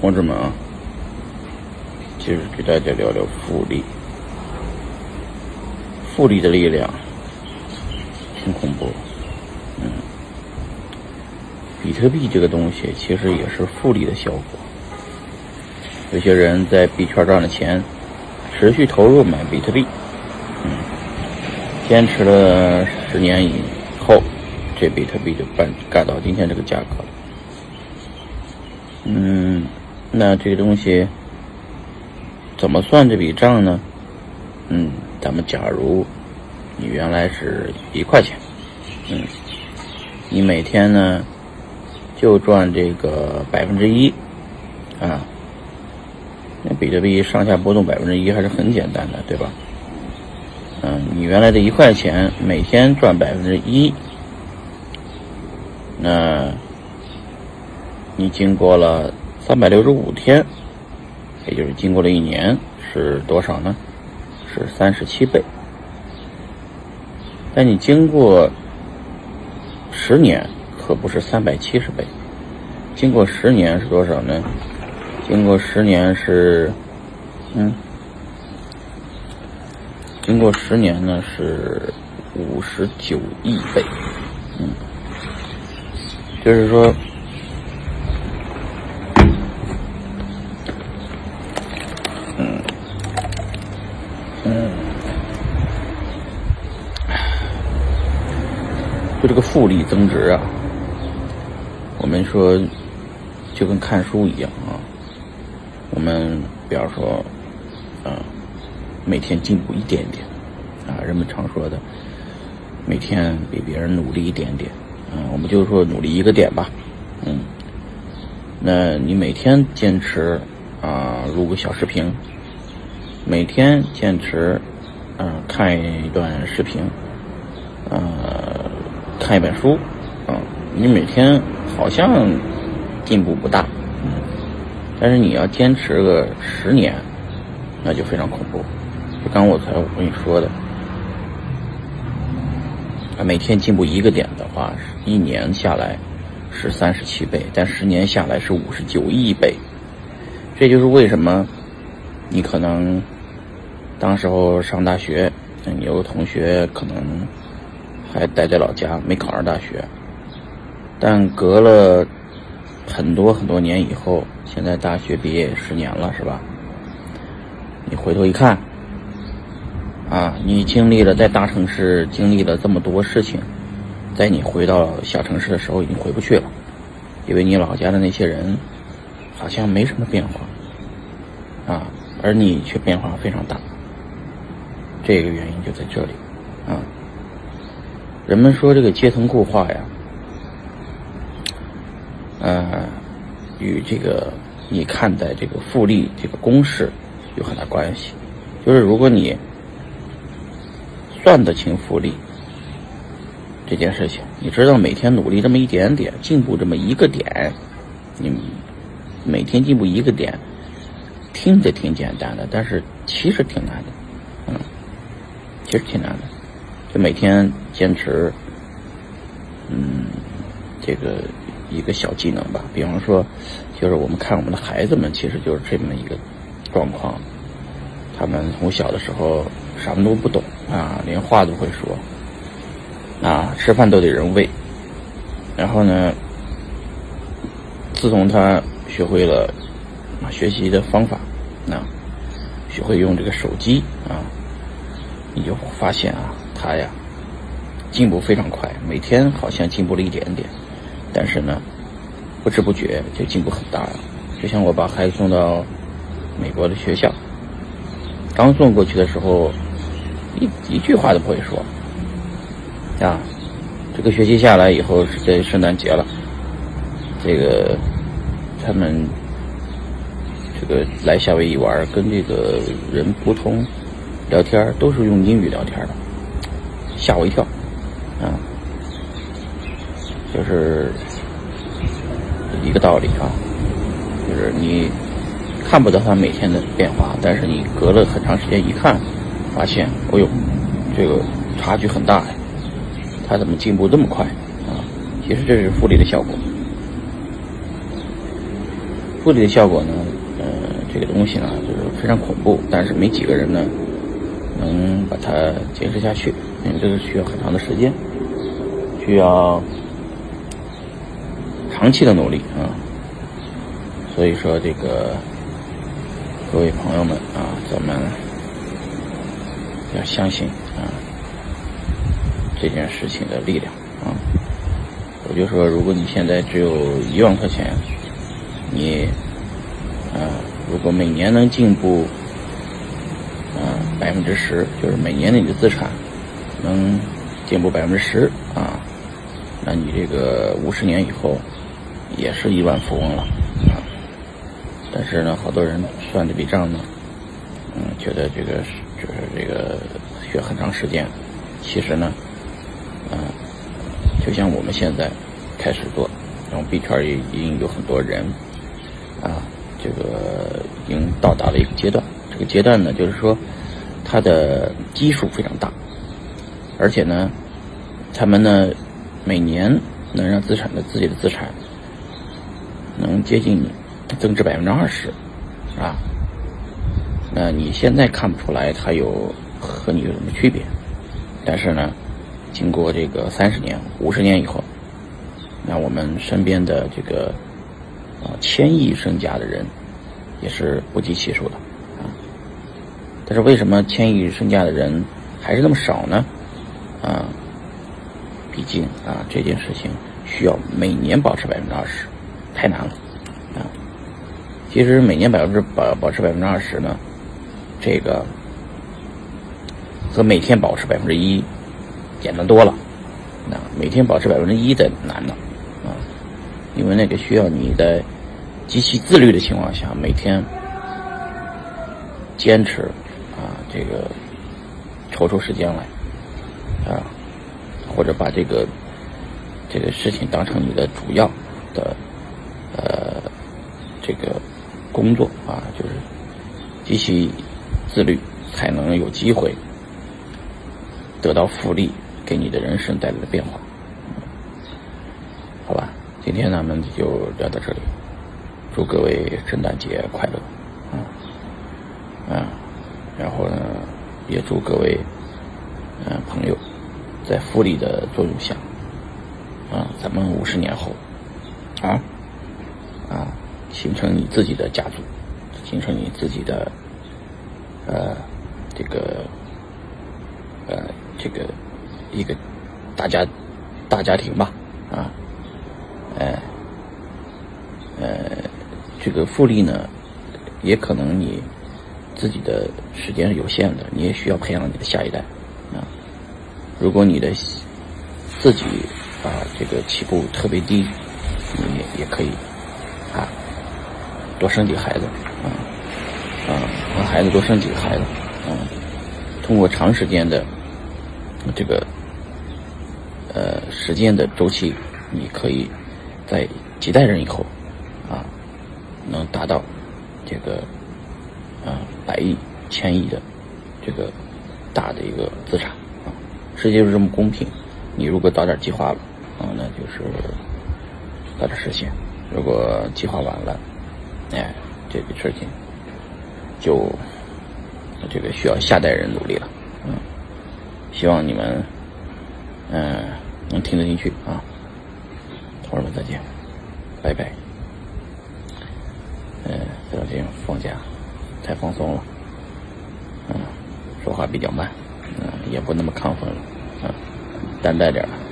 同志们啊，今儿给大家聊聊复利。复利的力量挺恐怖。比特币这个东西其实也是复利的效果。有些人在币圈赚了钱，持续投入买比特币，坚持了10年以后，这比特币就干到今天这个价格了。那这个东西怎么算这笔账呢？咱们假如你原来是1块钱，你每天呢就赚这个1%啊，那比特币上下波动1%还是很简单的，对吧？你原来的1块钱每天赚1%，那你经过了365天，也就是经过了1年，是多少呢？是37倍。但你经过10年，可不是370倍。经过10年是多少呢？经过10年是，经过10年呢是59亿倍。就是说，就这个复利增值啊，我们说就跟看书一样啊。我们比方说，每天进步一点点啊，人们常说的，每天比别人努力一点点我们就说努力1个点吧。那你每天坚持录个小视频，每天坚持看一段视频，看一本书，你每天好像进步不大，但是你要坚持个10年，那就非常恐怖。就刚我跟你说的，每天进步1个点的话，1年下来是37倍，但10年下来是59亿倍。这就是为什么你可能当时候上大学，有个同学可能还待在老家，没考上大学，但隔了很多年以后，现在大学毕业10年了，是吧？你回头一看你经历了在大城市经历了这么多事情，在你回到小城市的时候已经回不去了，因为你老家的那些人好像没什么变化而你却变化非常大。这个原因就在这里人们说这个阶层固化呀，与这个你看待这个复利这个公式有很大关系。就是如果你算得清复利这件事情，你知道每天努力这么一点点，进步这么1个点，你每天进步1个点，听着挺简单的，但是其实挺难的。其实挺难的。就每天坚持这个一个小技能吧。比方说就是我们看我们的孩子们，其实就是这么一个状况。他们从小的时候什么都不懂连话都会说吃饭都得人喂。然后呢，自从他学会了学习的方法学会用这个手机你就发现他呀进步非常快，每天好像进步了一点点，但是呢不知不觉就进步很大了。就像我把孩子送到美国的学校，刚送过去的时候一句话都不会说这个学期下来以后是在圣诞节了，这个他们这个来夏威夷玩，跟这个人普通聊天都是用英语聊天的，吓我一跳就是一个道理就是你看不到他每天的变化，但是你隔了很长时间一看，发现这个差距很大呀，他怎么进步这么快其实这是复利的效果。 复利的效果呢，这个东西呢就是非常恐怖，但是没几个人呢能把它坚持下去，因为这个需要很长的时间，需要长期的努力啊。所以说这个各位朋友们啊，咱们要相信啊这件事情的力量啊。我就说，如果你现在只有1万块钱，你如果每年能进步10%，就是每年的你的资产能进步10%啊，那你这个50年以后也是亿万富翁了啊。但是呢，好多人算这笔账呢，觉得这个需要很长时间。其实呢，就像我们现在开始做，然后币圈已经有很多人这个已经到达了一个阶段。这个阶段呢，就是说它的基数非常大，而且呢，他们呢每年能让自己的资产能接近你增值20%啊。那你现在看不出来它和你有什么区别，但是呢，经过这个30年、50年以后，那我们身边的这个1000亿身家的人也是不计其数的啊。但是为什么1000亿身家的人还是那么少呢？毕竟这件事情需要每年保持20%，太难了啊。其实每年保持20%呢，这个和每天保持1%简单多了。每天保持1%的难了啊，因为那个需要你在极其自律的情况下，每天坚持这个抽出时间来或者把这个事情当成你的主要的这个工作就是极其自律，才能有机会得到复利给你的人生带来的变化。好吧，今天咱们就聊到这里，祝各位圣诞节快乐然后呢，也祝各位朋友在复利的作用下咱们50年后形成你自己的家族，形成你自己的这个一个大家庭吧这个复利呢，也可能你自己的时间是有限的，你也需要培养你的下一代如果你的自己这个起步特别低，你也可以多生几个孩子让孩子多生几个孩子通过长时间的这个时间的周期，你可以在几代人以后能达到这个100亿、1000亿的这个大的一个资产世界就是这么公平。你如果早点计划了那就是早点实现；如果计划晚了，这个事情就这个需要下代人努力了。希望你们能听得进去同志们再见，拜拜。这两天放假太放松了，说话比较慢，也不那么亢奋了，担待点了。